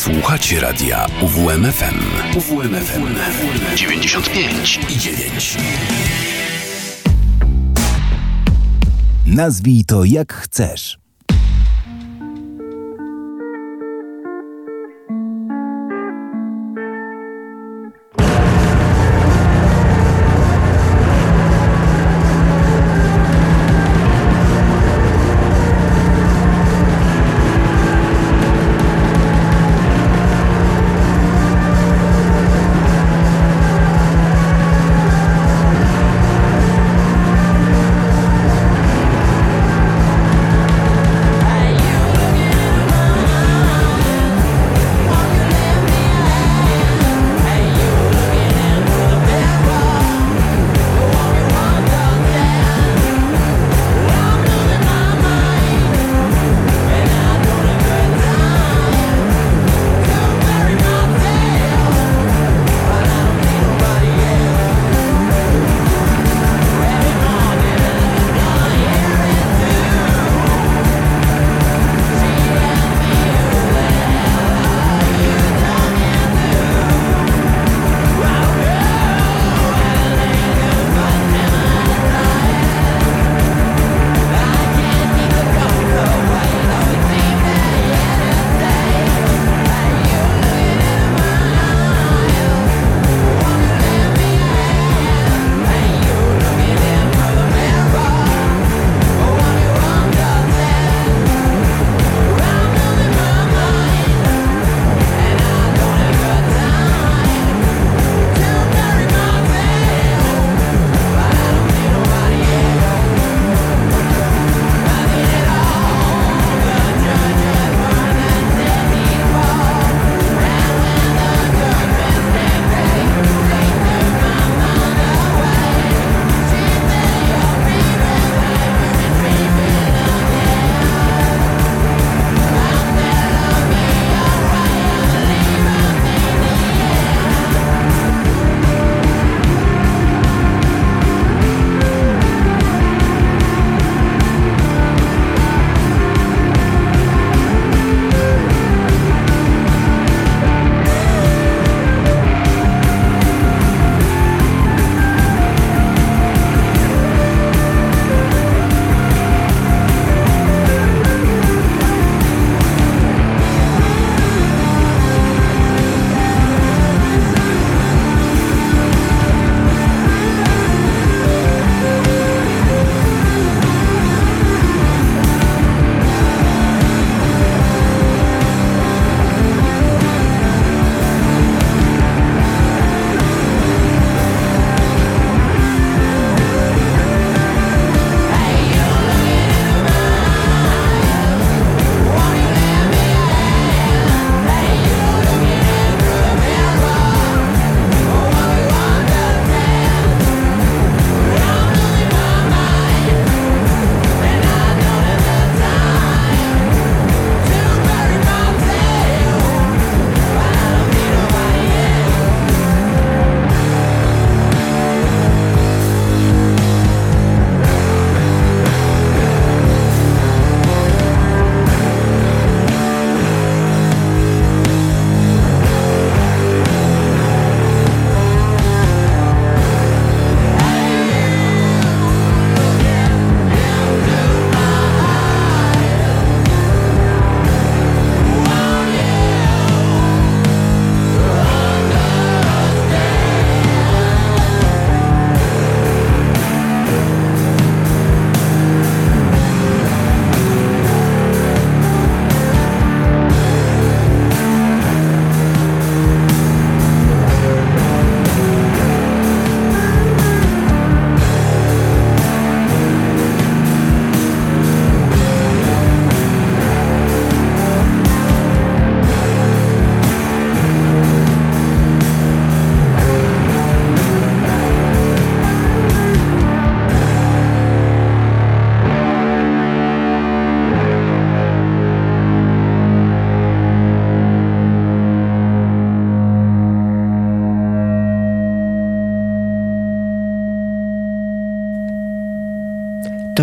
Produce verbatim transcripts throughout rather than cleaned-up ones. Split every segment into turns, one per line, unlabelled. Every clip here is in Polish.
Słuchacie radia U W M F M. U W M F M dziewięćdziesiąt pięć i dziewięć.
Nazwij to jak chcesz.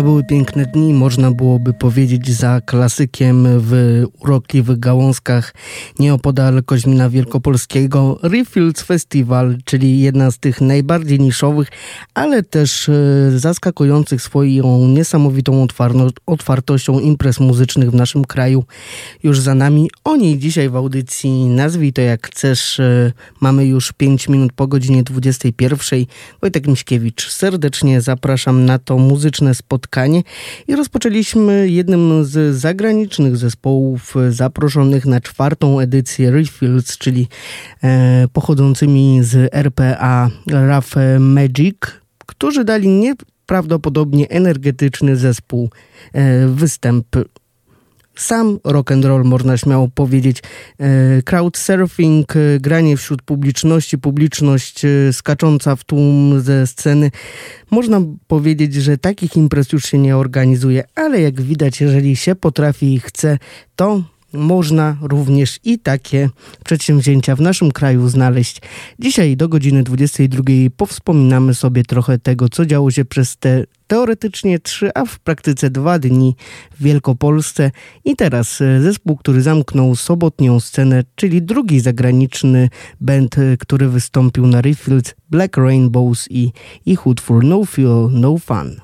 To były piękne dni, można byłoby powiedzieć, za klasykiem w urokliwych gałązkach nieopodal Koźmina Wielkopolskiego Refills Festival, czyli jedna z tych najbardziej niszowych, ale też zaskakujących swoją niesamowitą otwarno- otwartością imprez muzycznych w naszym kraju już za nami. O niej dzisiaj w audycji Nazwij to jak chcesz. Mamy już pięć minut po godzinie dwudziestej pierwszej. Wojtek Miśkiewicz, serdecznie zapraszam na to muzyczne spotkanie. I rozpoczęliśmy jednym z zagranicznych zespołów zaproszonych na czwartą edycję Refills, czyli e, pochodzącymi z R P A Rough Magic, którzy dali nieprawdopodobnie energetyczny zespół e, występ. Sam rock and roll, można śmiało powiedzieć. Crowdsurfing, granie wśród publiczności, publiczność skacząca w tłum ze sceny. Można powiedzieć, że takich imprez już się nie organizuje, ale jak widać, jeżeli się potrafi i chce, to można również i takie przedsięwzięcia w naszym kraju znaleźć. Dzisiaj do godziny dwudziestej drugiej powspominamy sobie trochę tego, co działo się przez te teoretycznie trzy, a w praktyce dwa dni w Wielkopolsce. I teraz zespół, który zamknął sobotnią scenę, czyli drugi zagraniczny band, który wystąpił na Refills, Black Rainbows i, i Hood for No Fuel, No Fun.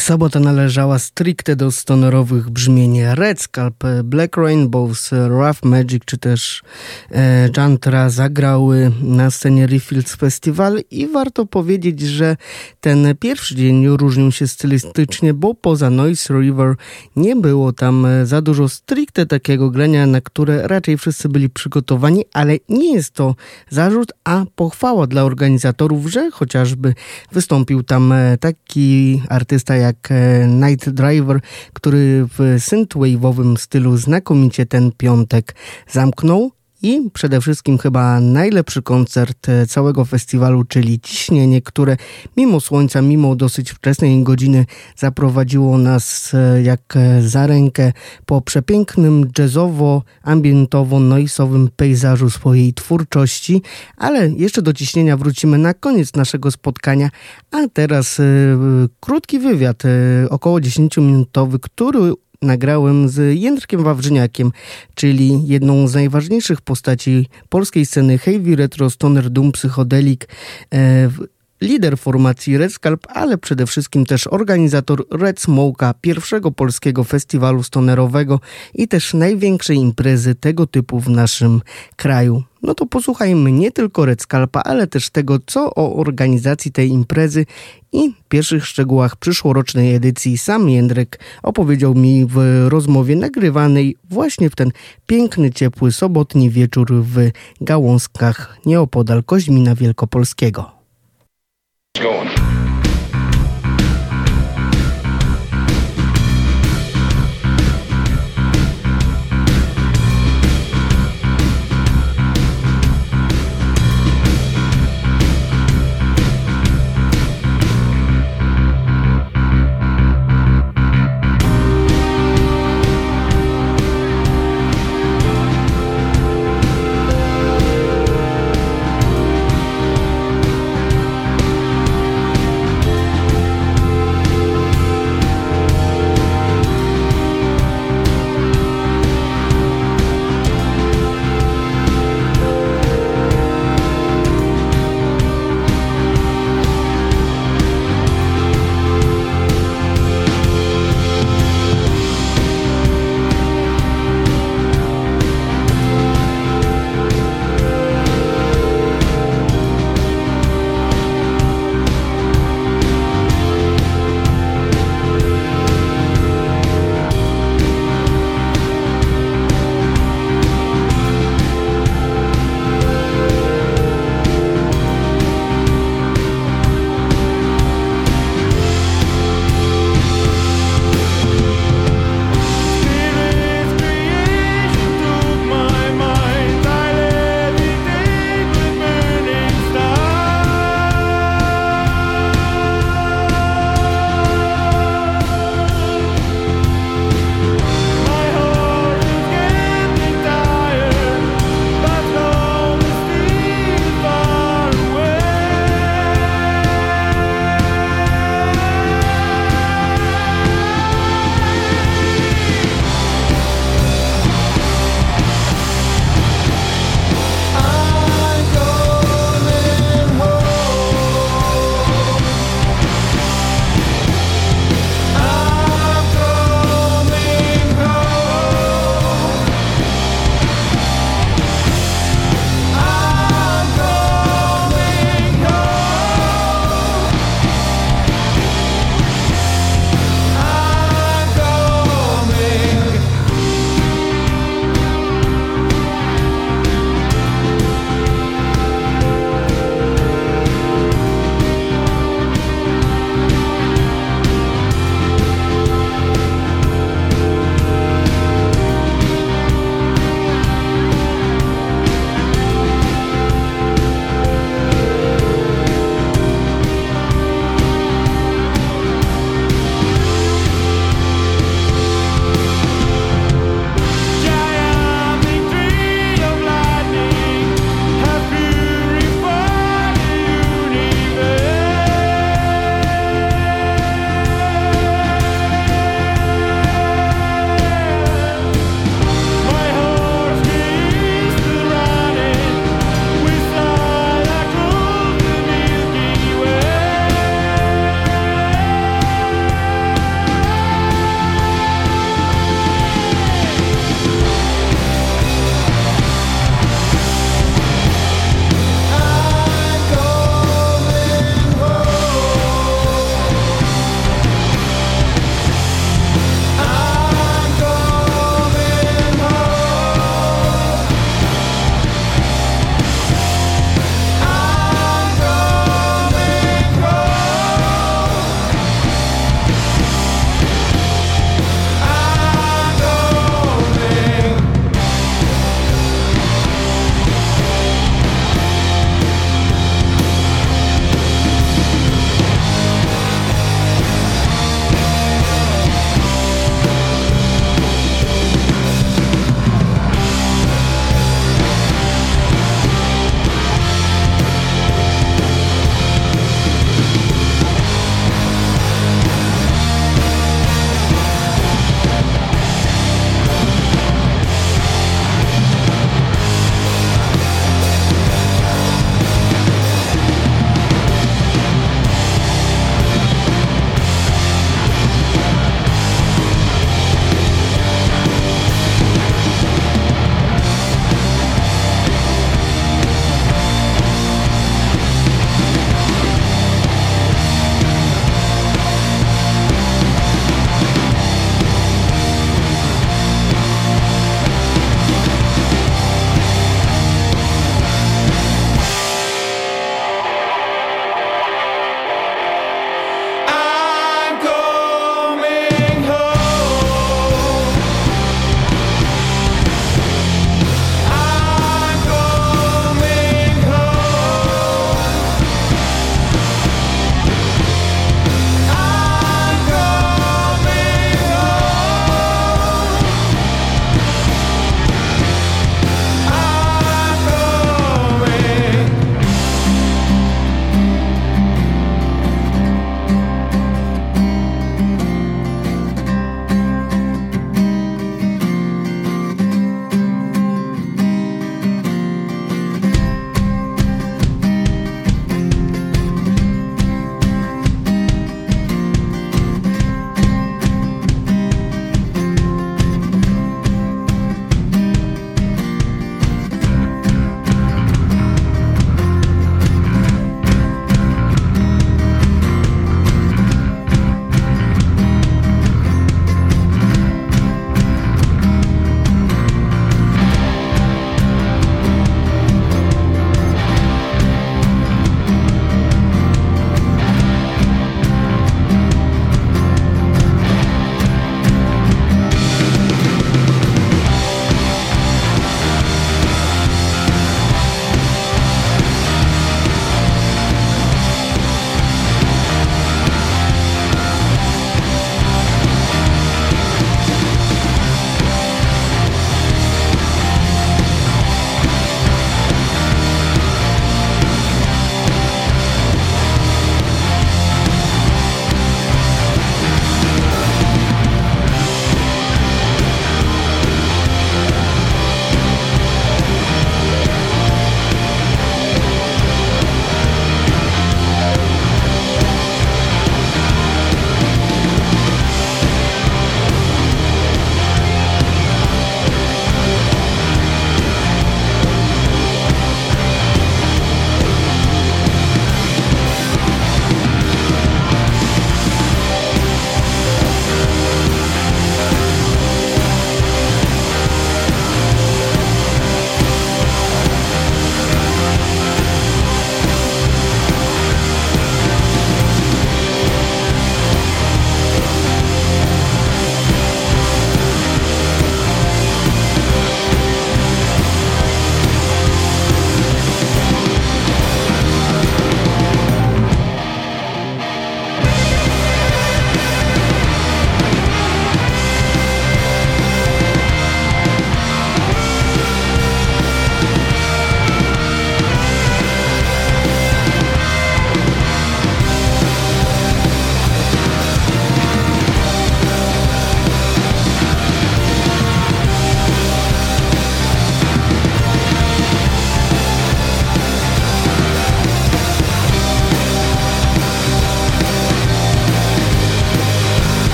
Sobota należała stricte do stonerowych brzmień Red Scalp, Black Rainbows, Rough Magic czy też e, Jantra zagrały na scenie Refields Festival i warto powiedzieć, że ten pierwszy dzień różnił się stylistycznie, bo poza Noise River nie było tam za dużo stricte takiego grania, na które raczej wszyscy byli przygotowani, ale nie jest to zarzut, a pochwała dla organizatorów, że chociażby wystąpił tam taki artysta jak Night Driver, który w synthwave'owym stylu znakomicie ten piątek zamknął. I przede wszystkim chyba najlepszy koncert całego festiwalu, czyli Ciśnienie, które mimo słońca, mimo dosyć wczesnej godziny zaprowadziło nas jak za rękę po przepięknym jazzowo-ambientowo-noisowym pejzażu swojej twórczości. Ale jeszcze do Ciśnienia wrócimy na koniec naszego spotkania, a teraz y, krótki wywiad, y, około dziesięciominutowy, który nagrałem z Jędrkiem Wawrzyniakiem, czyli jedną z najważniejszych postaci polskiej sceny heavy, retro, stoner, doom, psychodelic, e, lider formacji Red Scalp, ale przede wszystkim też organizator Red Smoke'a, pierwszego polskiego festiwalu stonerowego i też największej imprezy tego typu w naszym kraju. No to posłuchajmy nie tylko Red Scalpa, ale też tego, co o organizacji tej imprezy i pierwszych szczegółach przyszłorocznej edycji sam Jędrek opowiedział mi w rozmowie nagrywanej właśnie w ten piękny, ciepły, sobotni wieczór w Gałązkach nieopodal Koźmina Wielkopolskiego.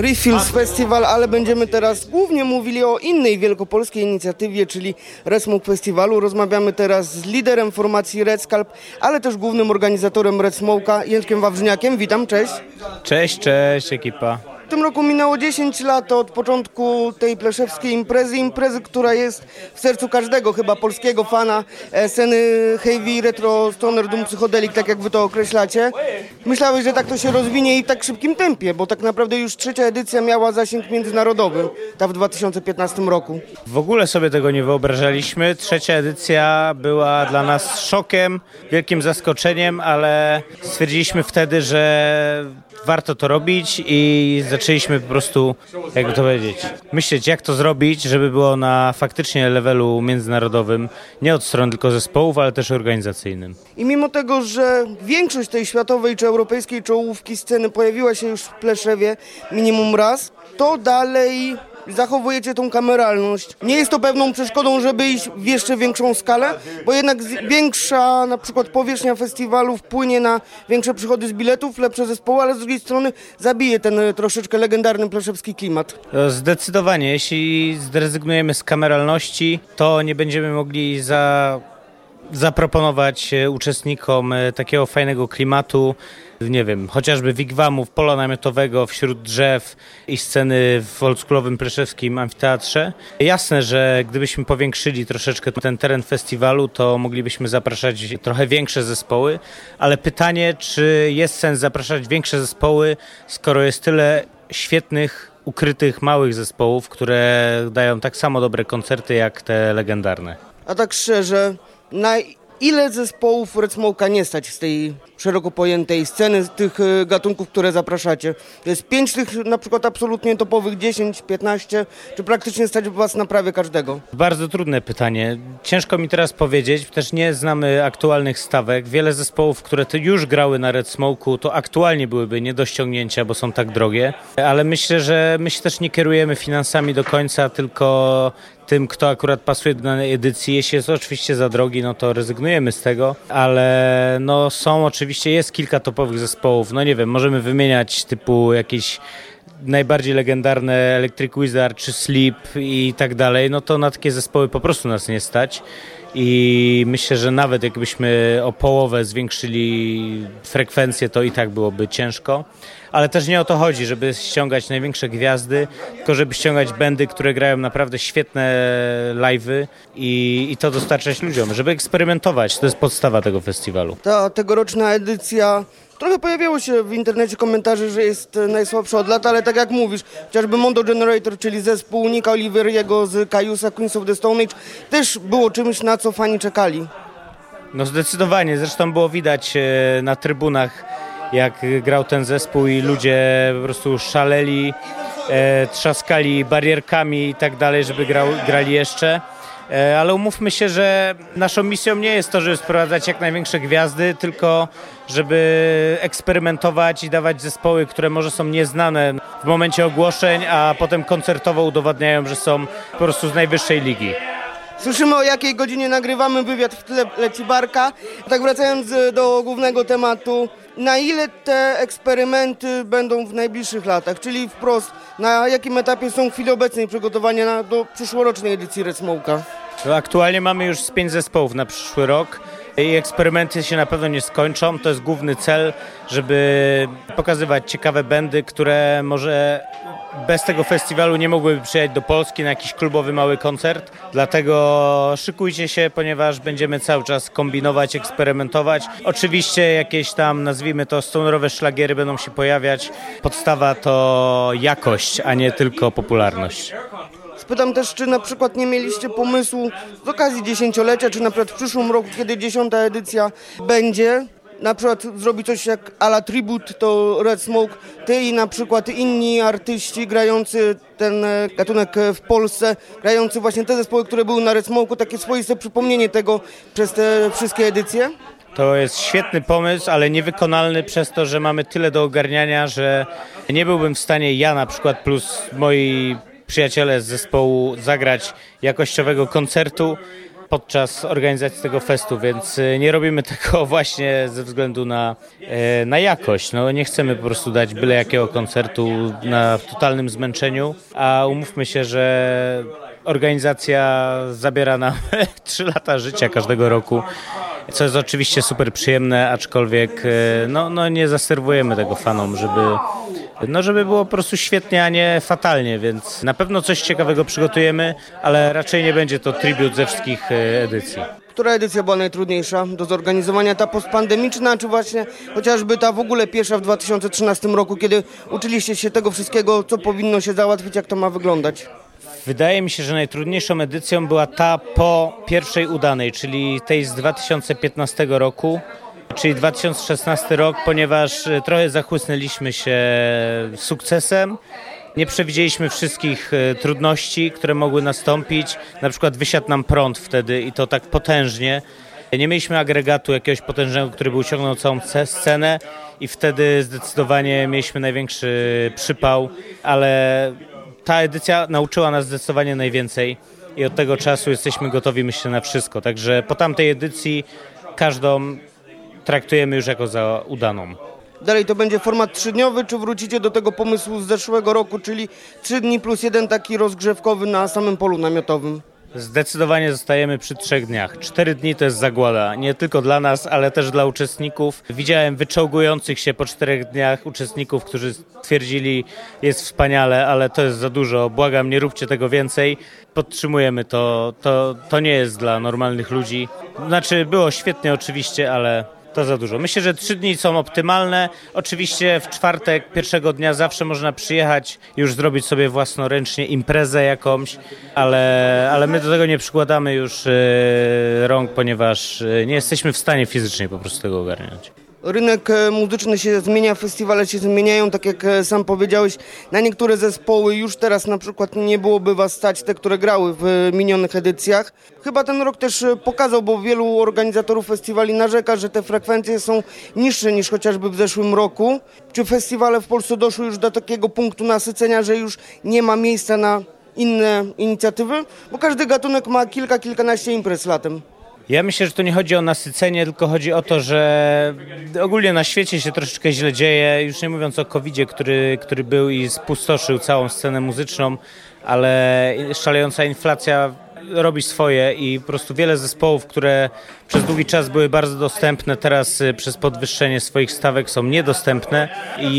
Refills Festival, ale będziemy teraz głównie mówili o innej wielkopolskiej inicjatywie, czyli Red Smoke Festiwalu. Rozmawiamy teraz z liderem formacji Red Scalp, ale też głównym organizatorem Red Smoke'a, Jędrkiem Wawrzyniakiem. Witam, cześć.
Cześć, cześć ekipa.
W tym roku minęło dziesięć lat od początku tej pleszewskiej imprezy, imprezy, która jest w sercu każdego chyba polskiego fana e, sceny heavy, retro, stoner, doom, psychodelic, tak jak wy to określacie. Myślałeś, że tak to się rozwinie i w tak szybkim tempie, bo tak naprawdę już trzecia edycja miała zasięg międzynarodowy, ta w dwa tysiące piętnastym roku.
W ogóle sobie tego nie wyobrażaliśmy. Trzecia edycja była dla nas szokiem, wielkim zaskoczeniem, ale stwierdziliśmy wtedy, że warto to robić i zaczęliśmy po prostu, jakby to powiedzieć, myśleć, jak to zrobić, żeby było na faktycznie levelu międzynarodowym, nie od strony tylko zespołów, ale też organizacyjnym.
I mimo tego, że większość tej światowej czy europejskiej czołówki sceny pojawiła się już w Pleszewie minimum raz, to dalej zachowujecie tą kameralność. Nie jest to pewną przeszkodą, żeby iść w jeszcze większą skalę, bo jednak większa na przykład powierzchnia festiwalu wpłynie na większe przychody z biletów, lepsze zespoły, ale z drugiej strony zabije ten troszeczkę legendarny pleszewski klimat.
Zdecydowanie, jeśli zrezygnujemy z kameralności, to nie będziemy mogli za... zaproponować uczestnikom takiego fajnego klimatu, nie wiem, chociażby wigwamów, pola namiotowego wśród drzew i sceny w oldschoolowym pleszewskim amfiteatrze. Jasne, że gdybyśmy powiększyli troszeczkę ten teren festiwalu, to moglibyśmy zapraszać trochę większe zespoły, ale pytanie, czy jest sens zapraszać większe zespoły, skoro jest tyle świetnych, ukrytych, małych zespołów, które dają tak samo dobre koncerty jak te legendarne.
A tak szczerze, na ile zespołów Red Smoke'a nie stać z tej szeroko pojętej sceny, z tych gatunków, które zapraszacie? To jest pięć tych na przykład absolutnie topowych, dziesięć, piętnaście, czy praktycznie stać was na prawie każdego?
Bardzo trudne pytanie. Ciężko mi teraz powiedzieć, też nie znamy aktualnych stawek. Wiele zespołów, które już grały na Red Smoke'u, to aktualnie byłyby nie do ściągnięcia, bo są tak drogie, ale myślę, że my się też nie kierujemy finansami do końca, tylko tym, kto akurat pasuje do danej edycji. Jeśli jest oczywiście za drogi, no to rezygnujemy z tego, ale no są oczywiście, jest kilka topowych zespołów, no nie wiem, możemy wymieniać typu jakieś najbardziej legendarne Electric Wizard czy Sleep i tak dalej, no to na takie zespoły po prostu nas nie stać. I myślę, że nawet jakbyśmy o połowę zwiększyli frekwencję, to i tak byłoby ciężko. Ale też nie o to chodzi, żeby ściągać największe gwiazdy, tylko żeby ściągać bandy, które grają naprawdę świetne live'y i, i to dostarczać ludziom, żeby eksperymentować. To jest podstawa tego festiwalu.
Ta tegoroczna edycja, trochę pojawiało się w internecie komentarzy, że jest najsłabsza od lat, ale tak jak mówisz, chociażby Mondo Generator, czyli zespół Nicka Oliveriego z Kaiusa Queens of the Stone Age, też było czymś, na co fani czekali.
No zdecydowanie, zresztą było widać na trybunach, jak grał ten zespół i ludzie po prostu szaleli, e, trzaskali barierkami i tak dalej, żeby grał, grali jeszcze. E, ale umówmy się, że naszą misją nie jest to, żeby sprowadzać jak największe gwiazdy, tylko żeby eksperymentować i dawać zespoły, które może są nieznane w momencie ogłoszeń, a potem koncertowo udowadniają, że są po prostu z najwyższej ligi.
Słyszymy, o jakiej godzinie nagrywamy, wywiad w tle leci barka. Tak wracając do głównego tematu, na ile te eksperymenty będą w najbliższych latach, czyli wprost, na jakim etapie są w chwili obecnej przygotowania na, do przyszłorocznej edycji Red Smoke'a?
Aktualnie mamy już z pięć zespołów na przyszły rok i eksperymenty się na pewno nie skończą. To jest główny cel, żeby pokazywać ciekawe bandy, które może bez tego festiwalu nie mogłyby przyjechać do Polski na jakiś klubowy mały koncert. Dlatego szykujcie się, ponieważ będziemy cały czas kombinować, eksperymentować. Oczywiście jakieś tam, nazwijmy to, stonerowe szlagiery będą się pojawiać. Podstawa to jakość, a nie tylko popularność.
Spytam też, czy na przykład nie mieliście pomysłu z okazji dziesięciolecia, czy na przykład w przyszłym roku, kiedy dziesiąta edycja będzie, na przykład zrobić coś jak a la tribute to Red Smoke, ty i na przykład inni artyści grający ten gatunek w Polsce, grający właśnie te zespoły, które były na Red Smoke'u, takie swoiste przypomnienie tego przez te wszystkie edycje?
To jest świetny pomysł, ale niewykonalny przez to, że mamy tyle do ogarniania, że nie byłbym w stanie ja na przykład plus moi przyjaciele z zespołu zagrać jakościowego koncertu podczas organizacji tego festu, więc nie robimy tego właśnie ze względu na, na jakość. No, nie chcemy po prostu dać byle jakiego koncertu na totalnym zmęczeniu, a umówmy się, że organizacja zabiera nam trzy lata życia każdego roku, co jest oczywiście super przyjemne, aczkolwiek no, no nie zaserwujemy tego fanom, żeby, no, żeby było po prostu świetnie, a nie fatalnie, więc na pewno coś ciekawego przygotujemy, ale raczej nie będzie to tribut ze wszystkich edycji.
Która edycja była najtrudniejsza do zorganizowania? Ta postpandemiczna, czy właśnie chociażby ta w ogóle pierwsza w dwa tysiące trzynastym roku, kiedy uczyliście się tego wszystkiego, co powinno się załatwić, jak to ma wyglądać?
Wydaje mi się, że najtrudniejszą edycją była ta po pierwszej udanej, czyli tej z dwa tysiące piętnastego roku, czyli dwa tysiące szesnasty rok, ponieważ trochę zachłysnęliśmy się sukcesem. Nie przewidzieliśmy wszystkich trudności, które mogły nastąpić. Na przykład wysiadł nam prąd wtedy i to tak potężnie. Nie mieliśmy agregatu jakiegoś potężnego, który by uciągnął całą scenę i wtedy zdecydowanie mieliśmy największy przypał, ale ta edycja nauczyła nas zdecydowanie najwięcej i od tego czasu jesteśmy gotowi, myślę, na wszystko. Także po tamtej edycji każdą traktujemy już jako za udaną.
Dalej to będzie format trzydniowy, czy wrócicie do tego pomysłu z zeszłego roku, czyli trzy dni plus jeden taki rozgrzewkowy na samym polu namiotowym?
Zdecydowanie zostajemy przy trzech dniach. Cztery dni to jest zagłada, nie tylko dla nas, ale też dla uczestników. Widziałem wyczołgujących się po czterech dniach uczestników, którzy twierdzili, jest wspaniale, ale to jest za dużo, błagam, nie róbcie tego więcej. Podtrzymujemy to, to, to nie jest dla normalnych ludzi. Znaczy było świetnie oczywiście, ale to za dużo. Myślę, że trzy dni są optymalne. Oczywiście w czwartek, pierwszego dnia zawsze można przyjechać i już zrobić sobie własnoręcznie imprezę jakąś, ale, ale my do tego nie przykładamy już yy, rąk, ponieważ yy, nie jesteśmy w stanie fizycznie po prostu tego ogarniać.
Rynek muzyczny się zmienia, festiwale się zmieniają, tak jak sam powiedziałeś, na niektóre zespoły już teraz na przykład nie byłoby was stać, te, które grały w minionych edycjach. Chyba ten rok też pokazał, bo wielu organizatorów festiwali narzeka, że te frekwencje są niższe niż chociażby w zeszłym roku. Czy festiwale w Polsce doszły już do takiego punktu nasycenia, że już nie ma miejsca na inne inicjatywy? Bo każdy gatunek ma kilka, kilkanaście imprez latem.
Ja myślę, że to nie chodzi o nasycenie, tylko chodzi o to, że ogólnie na świecie się troszeczkę źle dzieje, już nie mówiąc o kowidzie, który, który był i spustoszył całą scenę muzyczną, ale szalejąca inflacja robi swoje i po prostu wiele zespołów, które przez długi czas były bardzo dostępne, teraz przez podwyższenie swoich stawek są niedostępne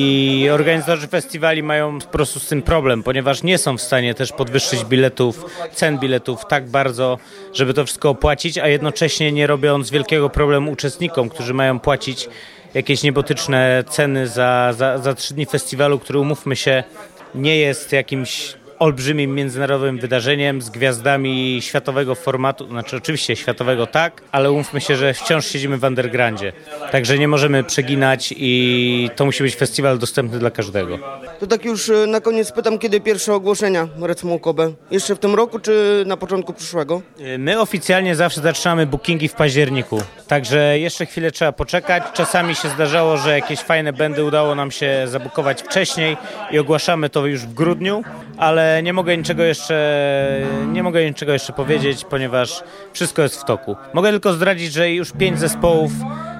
i organizatorzy festiwali mają po prostu z tym problem, ponieważ nie są w stanie też podwyższyć biletów, cen biletów tak bardzo, żeby to wszystko opłacić, a jednocześnie nie robiąc wielkiego problemu uczestnikom, którzy mają płacić jakieś niebotyczne ceny za, za, za trzy dni festiwalu, który, umówmy się, nie jest jakimś olbrzymim międzynarodowym wydarzeniem z gwiazdami światowego formatu, znaczy oczywiście światowego tak, ale umówmy się, że wciąż siedzimy w undergroundzie, także nie możemy przeginać i to musi być festiwal dostępny dla każdego.
To tak już na koniec pytam, kiedy pierwsze ogłoszenia Red Smoke O B? Jeszcze w tym roku, czy na początku przyszłego?
My oficjalnie zawsze zaczynamy bookingi w październiku, także jeszcze chwilę trzeba poczekać. Czasami się zdarzało, że jakieś fajne bandy udało nam się zabukować wcześniej i ogłaszamy to już w grudniu, ale nie mogę niczego jeszcze, nie mogę niczego jeszcze powiedzieć, ponieważ wszystko jest w toku. Mogę tylko zdradzić, że już pięć zespołów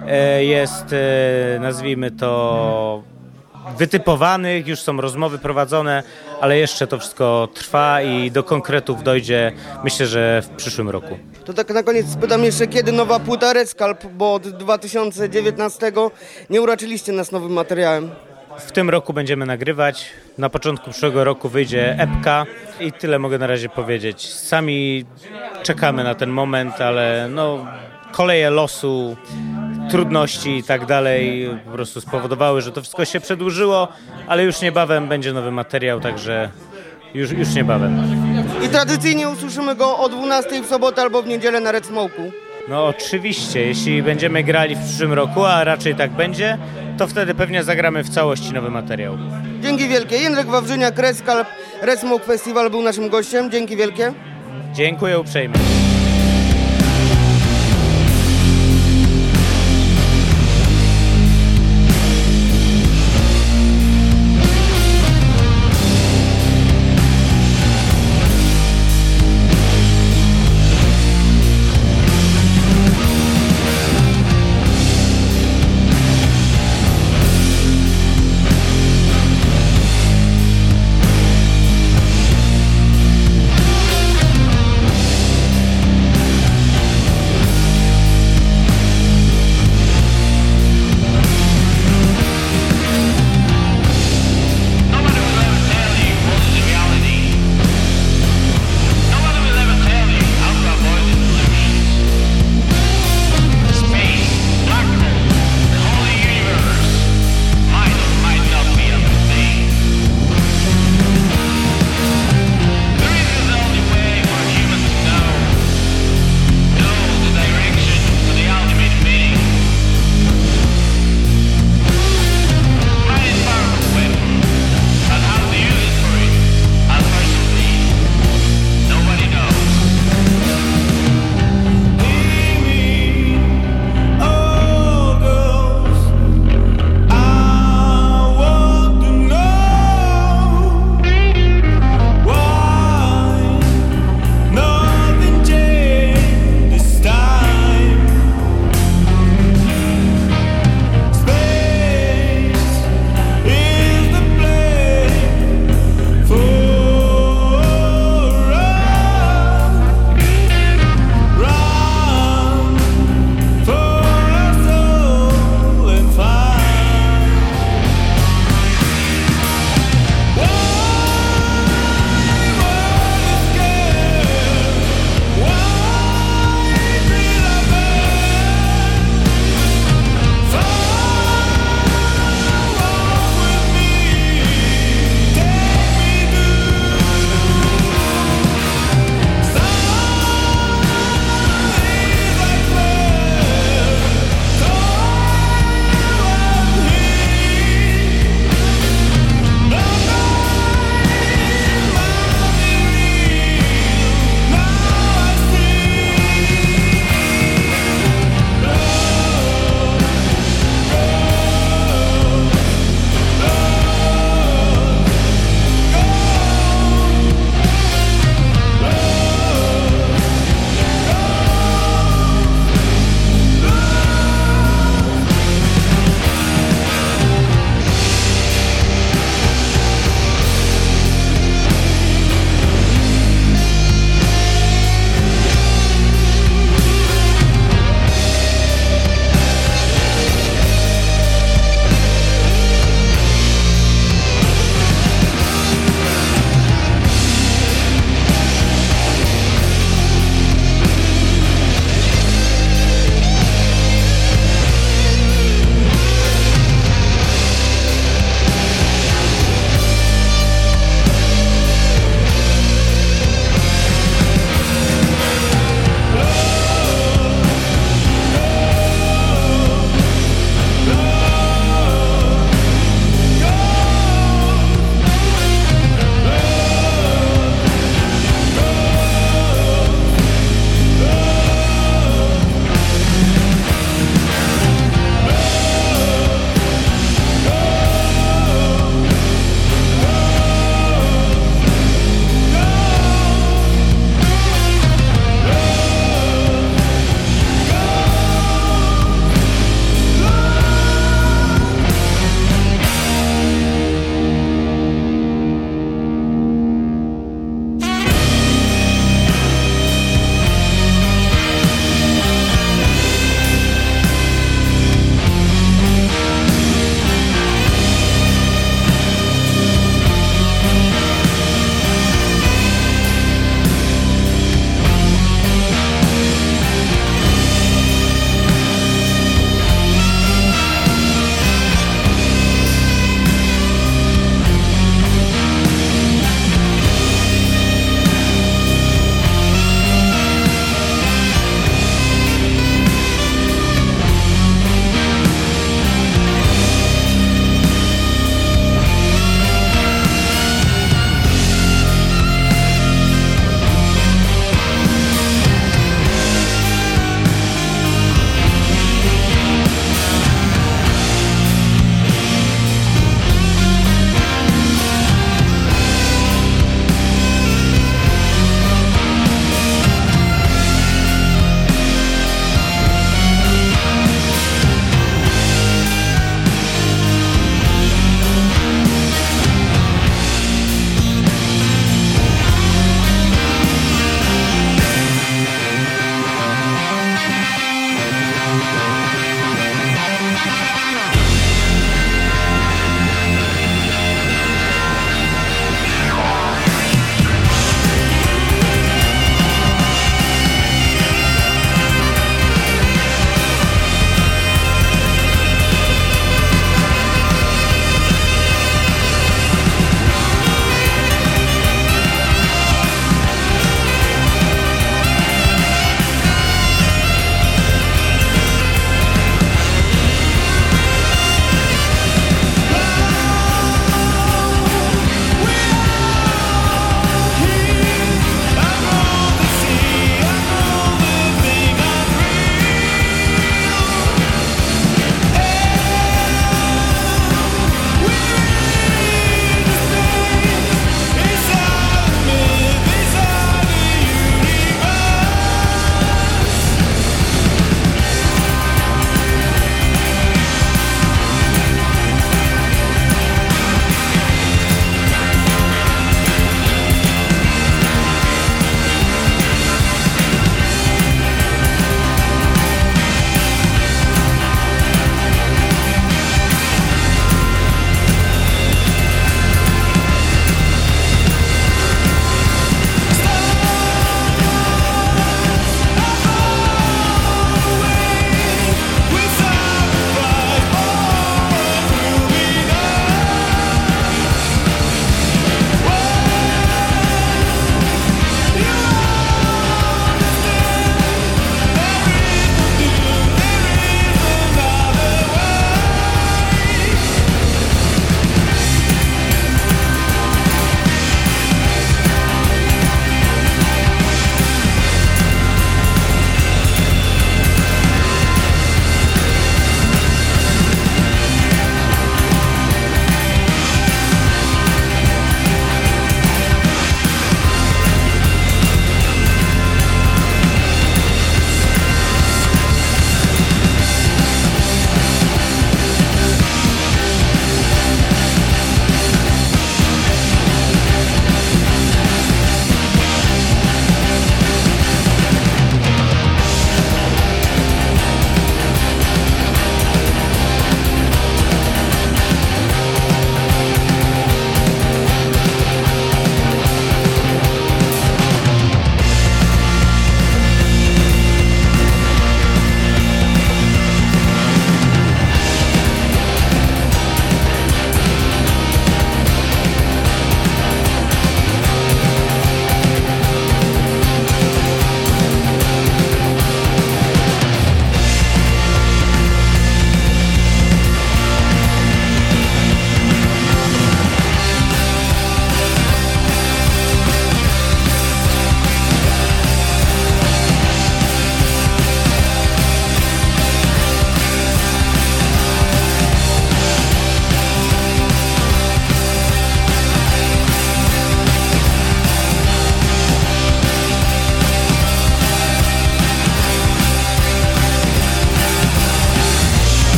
jest, nazwijmy to, wytypowanych, już są rozmowy prowadzone, ale jeszcze to wszystko trwa i do konkretów dojdzie, myślę, że w przyszłym roku.
To tak na koniec spytam jeszcze, kiedy nowa płyta Red Scalp, bo od dwa tysiące dziewiętnastego nie uraczyliście nas nowym materiałem.
W tym roku będziemy nagrywać, na początku przyszłego roku wyjdzie epka i tyle mogę na razie powiedzieć. Sami czekamy na ten moment, ale no, koleje losu, trudności i tak dalej po prostu spowodowały, że to wszystko się przedłużyło, ale już niebawem będzie nowy materiał, także już, już niebawem.
I tradycyjnie usłyszymy go o dwunastej w sobotę albo w niedzielę na Red Smoke'u.
No oczywiście, jeśli będziemy grali w przyszłym roku, a raczej tak będzie, to wtedy pewnie zagramy w całości nowy materiał.
Dzięki wielkie. Jędrek Wawrzyniak, Red Scalp, Red Smoke Festival był naszym gościem. Dzięki wielkie.
Dziękuję uprzejmie.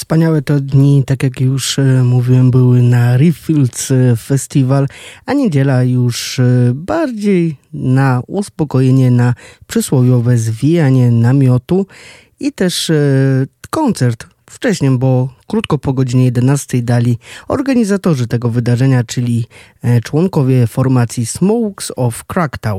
Wspaniałe to dni, tak jak już mówiłem, były na Reeffields Festival, a niedziela już bardziej na uspokojenie, na przysłowiowe zwijanie namiotu i też koncert wcześniej, bo krótko po godzinie jedenastej dali organizatorzy tego wydarzenia, czyli członkowie formacji Smokes of Cracktown.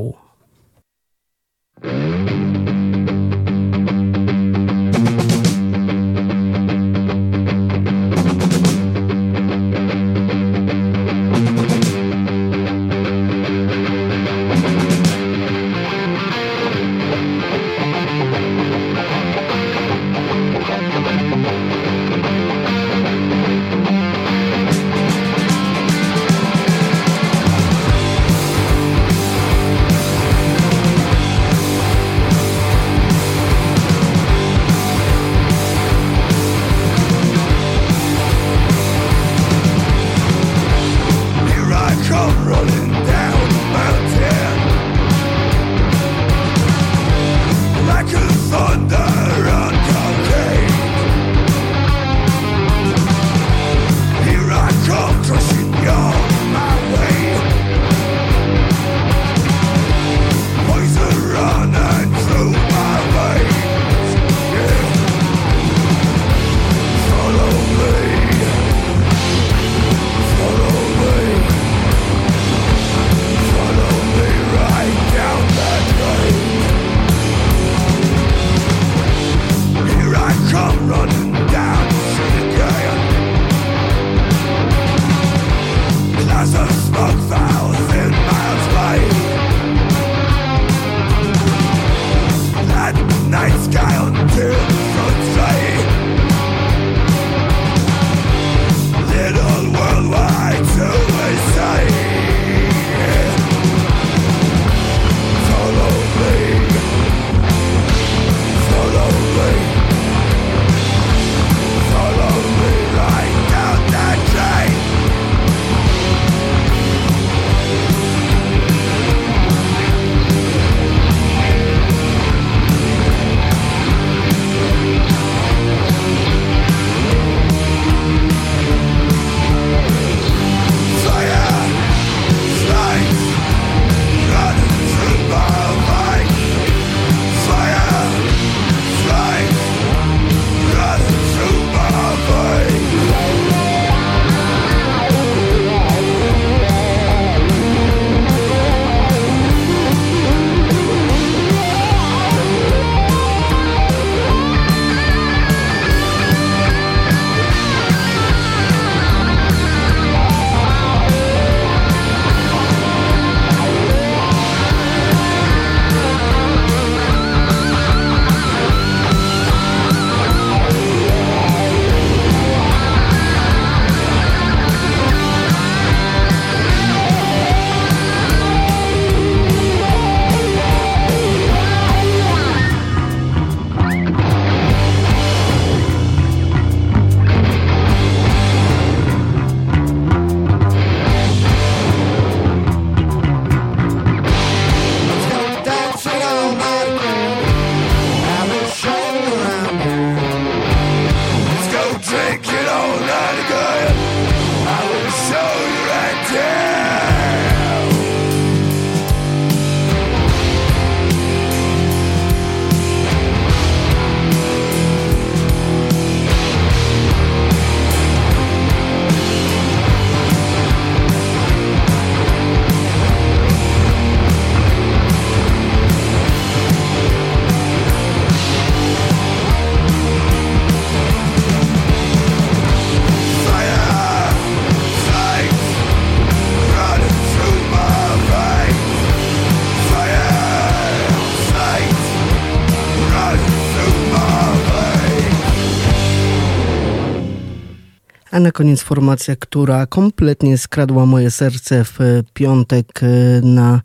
A na koniec formacja, która kompletnie skradła moje serce w piątek na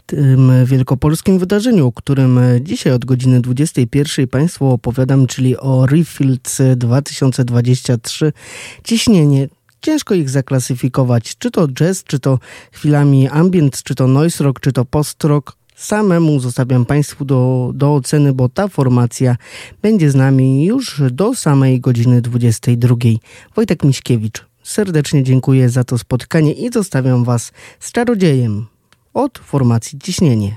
tym wielkopolskim wydarzeniu, o którym dzisiaj od godziny dwudziestej pierwszej Państwu opowiadam, czyli o Reeffields dwa tysiące dwadzieścia trzy. Ciśnienie. Ciężko ich zaklasyfikować, czy to jazz, czy to chwilami ambient, czy to noise rock, czy to post rock. samemu zostawiam Państwu do, do oceny, bo ta formacja będzie z nami już do samej godziny dwudziestej drugiej. Wojtek Miśkiewicz, serdecznie dziękuję za to spotkanie i zostawiam Was z Czarodziejem od formacji Ciśnienie.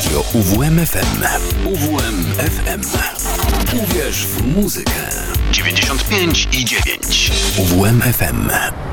Radio U W M F M. U W M F M. Uwierz w muzykę. dziewięćdziesiąt pięć i dziewięć. U W M F M.